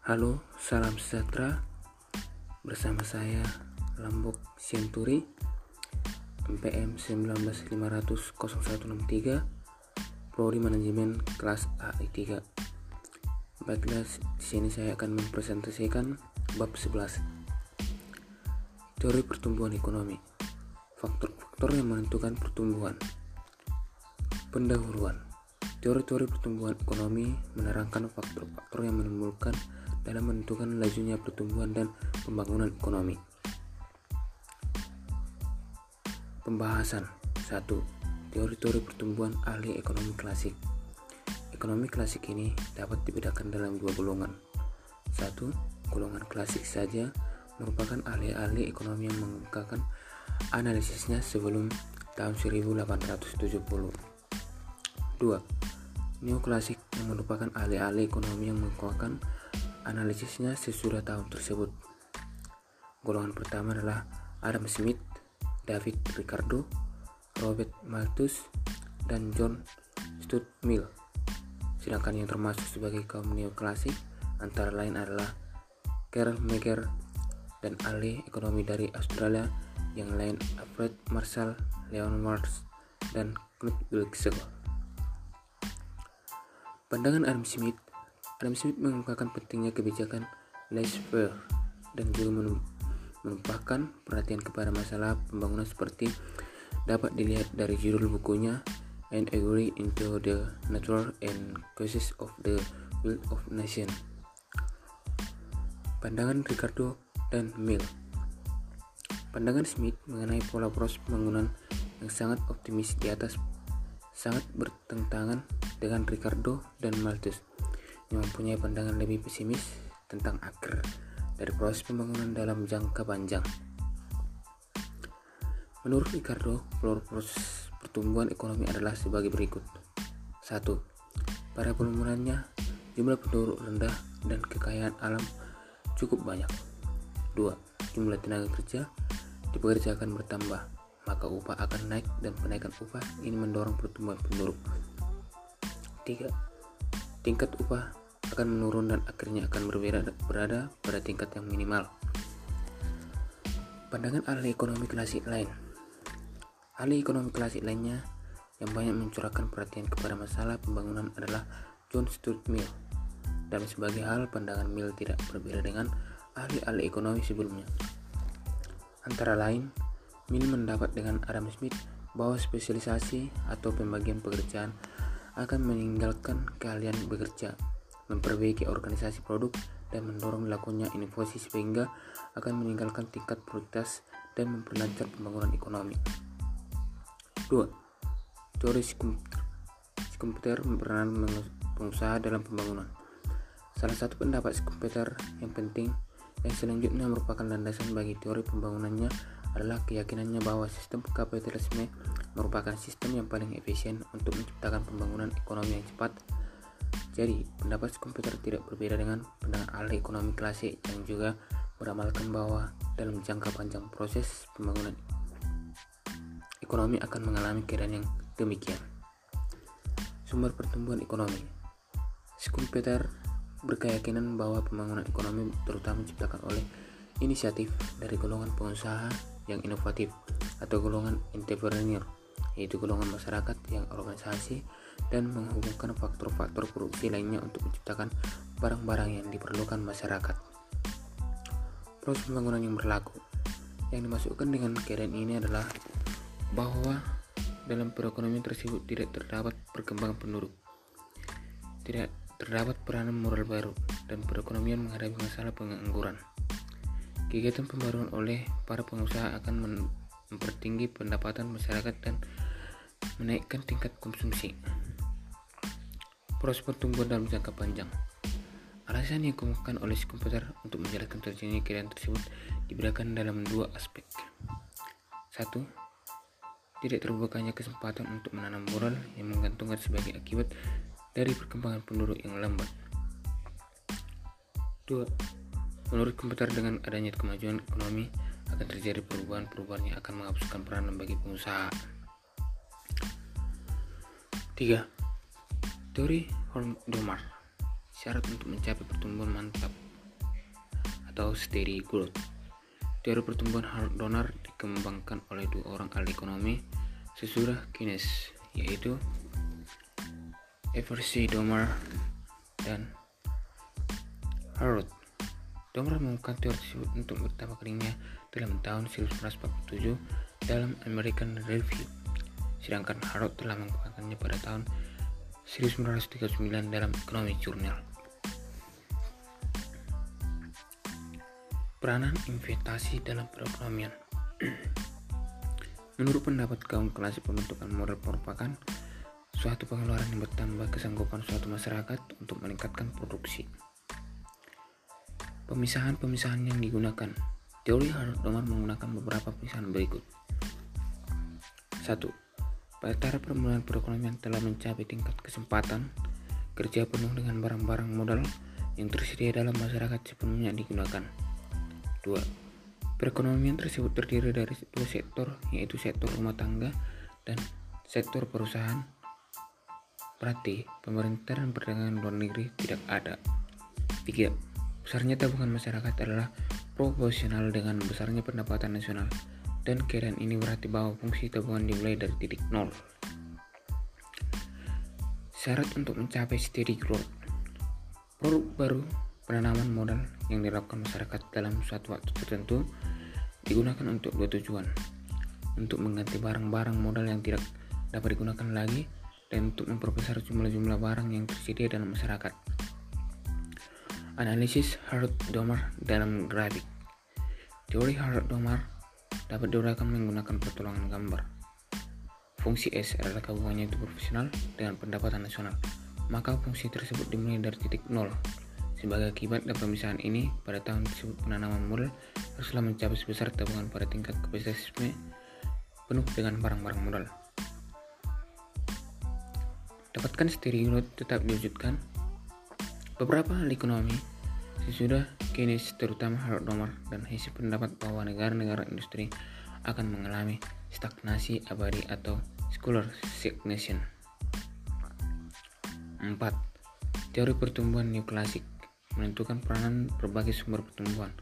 Halo, salam sejahtera. Bersama saya Lambok Sienturi, MPM 19500163, Prodi Manajemen kelas AI3. Baiklah, di sini saya akan mempresentasikan bab 11. Teori pertumbuhan ekonomi. Faktor-faktor yang menentukan pertumbuhan. Pendahuluan. Teori-teori pertumbuhan ekonomi menerangkan faktor-faktor yang menimbulkan dalam menentukan lajunya pertumbuhan dan pembangunan ekonomi. Pembahasan 1. Teori-teori pertumbuhan ahli ekonomi klasik. Ekonomi klasik ini dapat dibedakan dalam dua golongan. 1. Golongan klasik saja merupakan ahli-ahli ekonomi yang mengungkapkan analisisnya sebelum tahun 1870. 2. Neoklasik yang merupakan ahli-ahli ekonomi yang mengungkapkan analisisnya sesudah tahun tersebut. Golongan pertama adalah Adam Smith, David Ricardo, Robert Malthus, dan John Stuart Mill. Sedangkan yang termasuk sebagai kaum neoklasik antara lain adalah Karl Menger dan ahli ekonomi dari Australia yang lain Alfred Marshall, Leon Marx, dan Knut Wilczek. Pandangan Adam Smith mengungkapkan pentingnya kebijakan laissez-faire dan juga menumpahkan perhatian kepada masalah pembangunan seperti dapat dilihat dari judul bukunya An Inquiry into the Nature and Causes of the Wealth of Nations. Pandangan Ricardo dan Mill. Pandangan Smith mengenai pola proses pembangunan yang sangat optimis di atas sangat bertentangan dengan Ricardo dan Malthus yang mempunyai pandangan lebih pesimis tentang akhir dari proses pembangunan dalam jangka panjang. Menurut Ricardo, proses pertumbuhan ekonomi adalah sebagai berikut. 1. Pada permulaan jumlah penduduk rendah dan kekayaan alam cukup banyak. 2. Jumlah tenaga kerja dipekerjakan bertambah, maka upah akan naik dan kenaikan upah ini mendorong pertumbuhan penduduk. 3. Tingkat upah akan menurun dan akhirnya akan berada pada tingkat yang minimal. Pandangan ahli ekonomi klasik lain. Ahli ekonomi klasik lainnya yang banyak mencurahkan perhatian kepada masalah pembangunan adalah John Stuart Mill. Dan sebagai hal, pandangan Mill tidak berbeda dengan ahli-ahli ekonomi sebelumnya. Antara lain, Mill mendapat dengan Adam Smith bahwa spesialisasi atau pembagian pekerjaan akan meninggalkan keahlian bekerja, memperbaiki organisasi produk, dan mendorong dilakukannya inovasi sehingga akan meninggalkan tingkat prioritas dan memperlancar pembangunan ekonomi. 2. Teori Schumpeter berperan pengusaha dalam pembangunan. Salah satu pendapat Schumpeter yang penting yang selanjutnya merupakan landasan bagi teori pembangunannya adalah keyakinannya bahwa sistem kapitalisme merupakan sistem yang paling efisien untuk menciptakan pembangunan ekonomi yang cepat. Jadi, pendapat Schumpeter tidak berbeda dengan pandangan ahli ekonomi klasik yang juga beramalkan bahwa dalam jangka panjang proses pembangunan ekonomi akan mengalami keadaan yang demikian. Sumber pertumbuhan ekonomi. Schumpeter berkeyakinan bahwa pembangunan ekonomi terutama diciptakan oleh inisiatif dari golongan pengusaha yang inovatif atau golongan entrepreneur, yaitu golongan masyarakat yang organisasi dan menghubungkan faktor-faktor produksi lainnya untuk menciptakan barang-barang yang diperlukan masyarakat. Proses pembangunan yang berlaku yang dimasukkan dengan keadaan ini adalah bahwa dalam perekonomian tersebut tidak terdapat perkembangan penduduk, tidak terdapat peranan moral baru, dan perekonomian menghadapi masalah pengangguran. Kegiatan pembaruan oleh para pengusaha akan mempertinggi pendapatan masyarakat dan menaikkan tingkat konsumsi. Proses pertumbuhan dalam jangka panjang. Alasan yang dikemukakan oleh Schumpeter untuk menjelaskan terjadinya keadaan tersebut dibedakan dalam dua aspek. 1. Tidak terbukanya kesempatan untuk menanam moral yang menggantungkan sebagai akibat dari perkembangan penduduk yang lambat. 2. Menurut Schumpeter, dengan adanya kemajuan ekonomi akan terjadi perubahan-perubahan yang akan menghapuskan peranan bagi pengusaha. 3. Teori Holm-Domar. Syarat untuk mencapai pertumbuhan mantap atau steady growth. Teori pertumbuhan Harold Domar dikembangkan oleh dua orang ahli ekonomi sesudah Keynes, yaitu Evershed Domar dan Harold. Domar mengungkapkan teori tersebut untuk pertama kalinya dalam tahun 1947 dalam American Review, sedangkan Harold telah mengembangkannya pada tahun 1939 dalam Economic Journal. Peranan investasi dalam perekonomian. Menurut pendapat kaum klasik, pembentukan modal merupakan suatu pengeluaran yang bertambah kesanggupan suatu masyarakat untuk meningkatkan produksi. Pemisahan-pemisahan yang digunakan. Teori Harold Domar menggunakan beberapa pemisahan berikut. 1. Pada taraf permulaan perekonomian telah mencapai tingkat kesempatan kerja penuh dengan barang-barang modal yang tersedia dalam masyarakat sepenuhnya digunakan. 2. Perekonomian tersebut terdiri dari dua sektor, yaitu sektor rumah tangga dan sektor perusahaan. Berarti pemerintah dan perdagangan luar negeri tidak ada. 3. Besarnya tabungan masyarakat adalah proporsional dengan besarnya pendapatan nasional, dan keadaan ini berarti bahwa fungsi tabungan dimulai dari titik nol. Syarat untuk mencapai steady growth. Produk baru penanaman modal yang dilakukan masyarakat dalam suatu waktu tertentu digunakan untuk dua tujuan: untuk mengganti barang-barang modal yang tidak dapat digunakan lagi, dan untuk memperbesar jumlah-jumlah barang yang tersedia dalam masyarakat. Analisis Harold Domar dalam grafik. Teori Harold Domar dapat diuraikan menggunakan pertolongan gambar. Fungsi S adalah gabungannya itu profesional dengan pendapatan nasional, maka fungsi tersebut dimulai dari titik nol. Sebagai akibat dari pemisahan ini, pada tahun tersebut penanaman modal haruslah mencapai sebesar tabungan pada tingkat kapitalisme penuh dengan barang-barang modal. Dapatkan steady growth tetap diwujudkan. Beberapa ahli ekonomi sesudah Keynes, terutama Harold Domar dan Hayes, pendapat bahwa negara-negara industri akan mengalami stagnasi abadi atau scholar stagnation. 4. Teori pertumbuhan neoklasik menentukan peranan berbagai sumber pertumbuhan.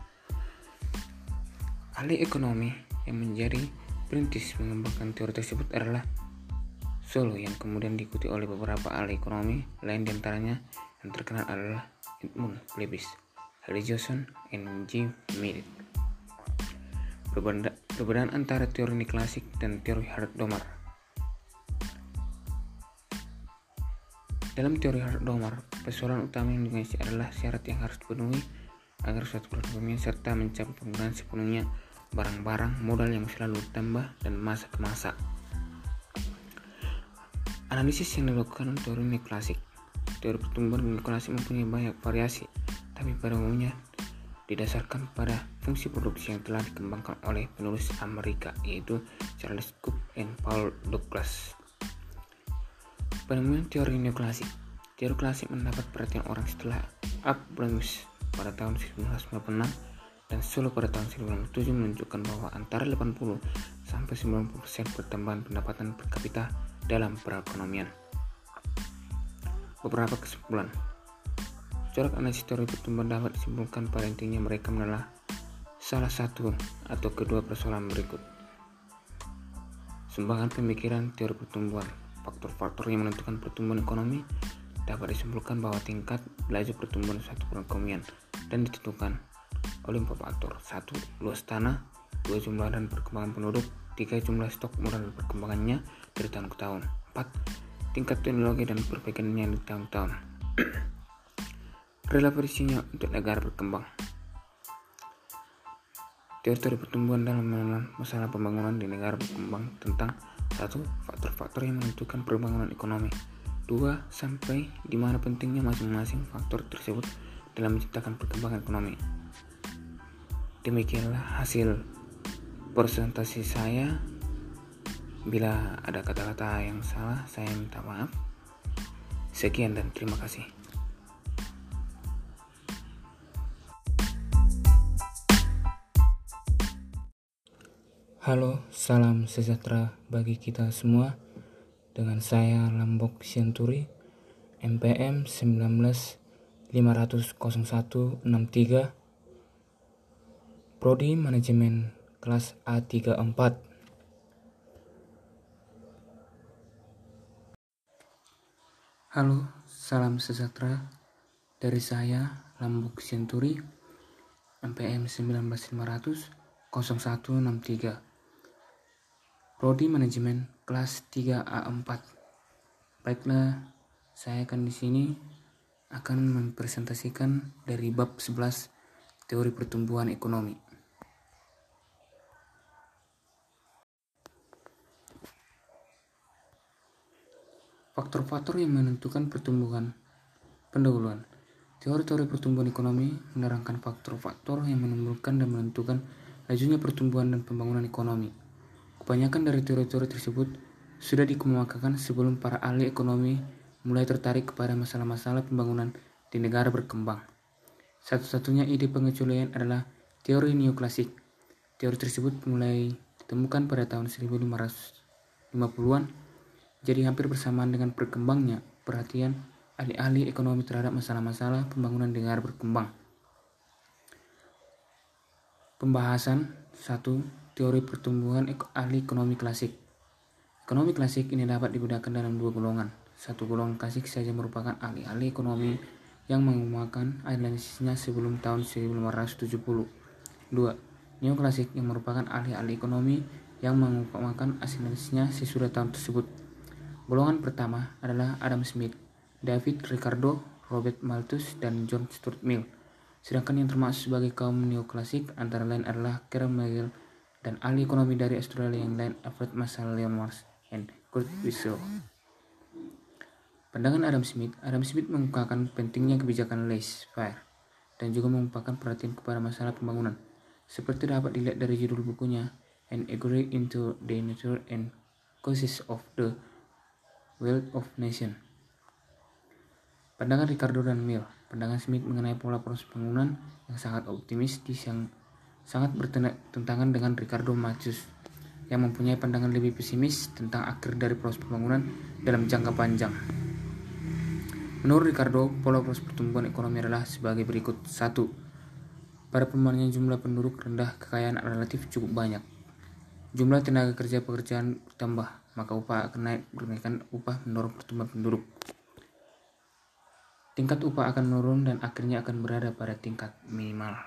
Ahli ekonomi yang menjadi perintis mengembangkan teori tersebut adalah Solow, yang kemudian diikuti oleh beberapa ahli ekonomi lain, diantaranya yang terkenal adalah Edmund Lebis, Harry Johnson, dan Jim Mead. Perbedaan antara teori neoklasik dan teori Harold Domar. Dalam teori Harold Domar, persoalan utama yang dimensi adalah syarat yang harus dipenuhi agar suatu perekonomian serta mencapai penggunaan sepenuhnya barang-barang modal yang selalu bertambah dan masa ke masa. Analisis yang dilakukan teori neoklasik. Teori pertumbuhan neoklasik mempunyai banyak variasi, tapi pada umumnya didasarkan pada fungsi produksi yang telah dikembangkan oleh penulis Amerika, yaitu Charles Cook dan Paul Douglas. Penemuan teori neoklasik. Teori klasik mendapat perhatian orang setelah Abrams pada tahun 1996 dan Solow pada tahun 1997 menunjukkan bahwa antara 80 sampai 90% pertambahan pendapatan per kapita dalam perekonomian. Beberapa kesimpulan. Corak analisis teori pertumbuhan dapat disimpulkan pada intinya mereka adalah salah satu atau kedua persoalan berikut. Sumbangan pemikiran teori pertumbuhan. Faktor-faktor yang menentukan pertumbuhan ekonomi dapat disimpulkan bahwa tingkat laju pertumbuhan suatu perekonomian dan ditentukan oleh 4 faktor. 1. Luas tanah. 2. Jumlah dan perkembangan penduduk. 3. Jumlah stok modal dan perkembangannya dari tahun ke tahun. 4. Tingkat teknologi dan perbaikannya dari tahun ke tahun. Relevansinya untuk negara berkembang. Teori pertumbuhan dalam mengenal masalah pembangunan di negara berkembang tentang 1. Faktor-faktor yang menentukan pembangunan ekonomi. 2. Sampai di mana pentingnya masing-masing faktor tersebut dalam menciptakan perkembangan ekonomi. Demikianlah hasil presentasi saya. Bila ada kata-kata yang salah, saya minta maaf. Sekian dan terima kasih. Halo, salam sejahtera bagi kita semua. Dengan saya Lambok Sianturi, MPM 19 500 01 63. Prodi Manajemen kelas A34. Halo, salam sejahtera dari saya Lambuk Sienturi, MPM 19500-0163. Prodi Manajemen kelas 3A4. Baiklah, saya akan di sini akan mempresentasikan dari bab 11 teori pertumbuhan ekonomi. Faktor-faktor yang menentukan pertumbuhan. Pendahuluan. Teori-teori pertumbuhan ekonomi menerangkan faktor-faktor yang menimbulkan dan menentukan lajunya pertumbuhan dan pembangunan ekonomi. Kebanyakan dari teori-teori tersebut sudah dikemukakan sebelum para ahli ekonomi mulai tertarik kepada masalah-masalah pembangunan di negara berkembang. Satu-satunya ide pengecualian adalah teori neoklasik. Teori tersebut mulai ditemukan pada tahun 1550-an, jadi hampir bersamaan dengan berkembangnya perhatian ahli-ahli ekonomi terhadap masalah-masalah pembangunan di negara berkembang. Pembahasan 1. Teori pertumbuhan ahli ekonomi klasik. Ekonomi klasik ini dapat dibedakan dalam dua golongan. Satu, golongan klasik saja merupakan ahli-ahli ekonomi yang mengemukakan analisisnya sebelum tahun 1570. 2. Neoklasik yang merupakan ahli-ahli ekonomi yang mengemukakan analisisnya sesudah tahun tersebut. Golongan pertama adalah Adam Smith, David Ricardo, Robert Malthus, dan John Stuart Mill. Sedangkan yang termasuk sebagai kaum neoklasik antara lain adalah Karen Magel dan ahli ekonomi dari Australia yang lain Alfred Marshall Leavenworth and Kurt Witzel. Pandangan Adam Smith mengungkapkan pentingnya kebijakan laissez-faire dan juga mengumpulkan perhatian kepada masalah pembangunan, seperti dapat dilihat dari judul bukunya An Inquiry into the Nature and Causes of the Wealth of Nations. Pandangan Ricardo dan Mill. Pandangan Smith mengenai pola proses pembangunan yang sangat optimistis yang sangat bertentangan dengan Ricardo Malthus yang mempunyai pandangan lebih pesimis tentang akhir dari proses pembangunan dalam jangka panjang. Menurut Ricardo, pola proses pertumbuhan ekonomi adalah sebagai berikut. 1. Pada pembangunan jumlah penduduk rendah, kekayaan relatif cukup banyak. Jumlah tenaga kerja pekerjaan bertambah, maka upah akan naik. Kenaikan upah mendorong pertumbuhan penduduk. Tingkat upah akan menurun dan akhirnya akan berada pada tingkat minimal.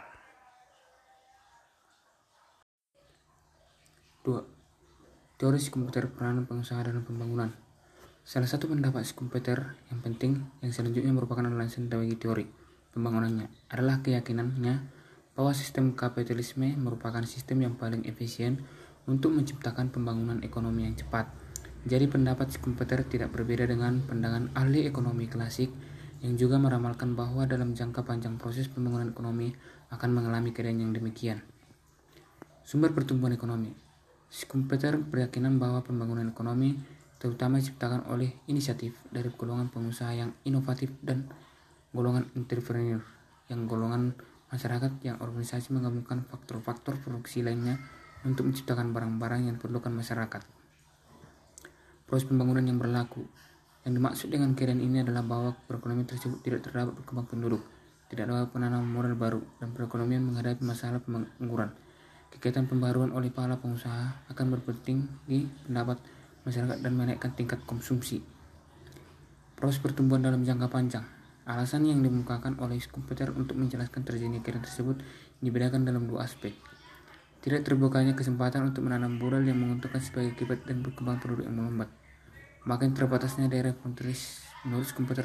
2. Teori komputer peranan pengusaha dalam pembangunan. Salah satu pendapat komputer yang penting yang selanjutnya merupakan landasan bagi teori pembangunannya adalah keyakinannya bahwa sistem kapitalisme merupakan sistem yang paling efisien untuk menciptakan pembangunan ekonomi yang cepat. Jadi pendapat komputer tidak berbeda dengan pandangan ahli ekonomi klasik yang juga meramalkan bahwa dalam jangka panjang proses pembangunan ekonomi akan mengalami keadaan yang demikian. Sumber pertumbuhan ekonomi. Komputer berkeyakinan bahwa pembangunan ekonomi terutama diciptakan oleh inisiatif dari golongan pengusaha yang inovatif dan golongan entrepreneur, yang golongan masyarakat yang organisasi menggabungkan faktor-faktor produksi lainnya untuk menciptakan barang-barang yang diperlukan masyarakat. Proses pembangunan yang berlaku. Yang dimaksud dengan keadaan ini adalah bahwa perekonomian tersebut tidak terdapat berkembang penduduk, tidak dapat penanam modal baru, dan perekonomian menghadapi masalah pengangguran. Kegiatan pembaruan oleh para pengusaha akan berpenting di pendapat masyarakat dan menaikkan tingkat konsumsi. Proses pertumbuhan dalam jangka panjang. Alasan yang dikemukakan oleh komputer untuk menjelaskan terjadinya keadaan tersebut dibedakan dalam dua aspek. Tidak terbukanya kesempatan untuk menanam modal yang menguntungkan sebagai akibat dan berkembang penduduk yang melambat. Makin terbatasnya daerah frontier menurut komputer.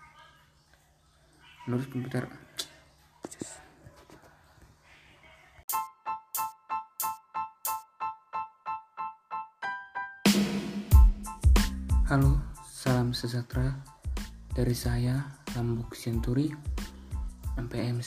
Halo, salam sejahtera dari saya Lambuk Sienturi, MPM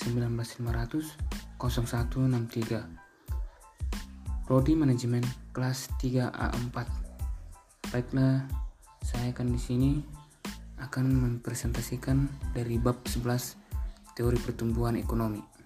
19500-0163. Prodi Manajemen kelas 3A4. Baiklah, saya akan di sini akan mempresentasikan dari bab 11 teori pertumbuhan ekonomi.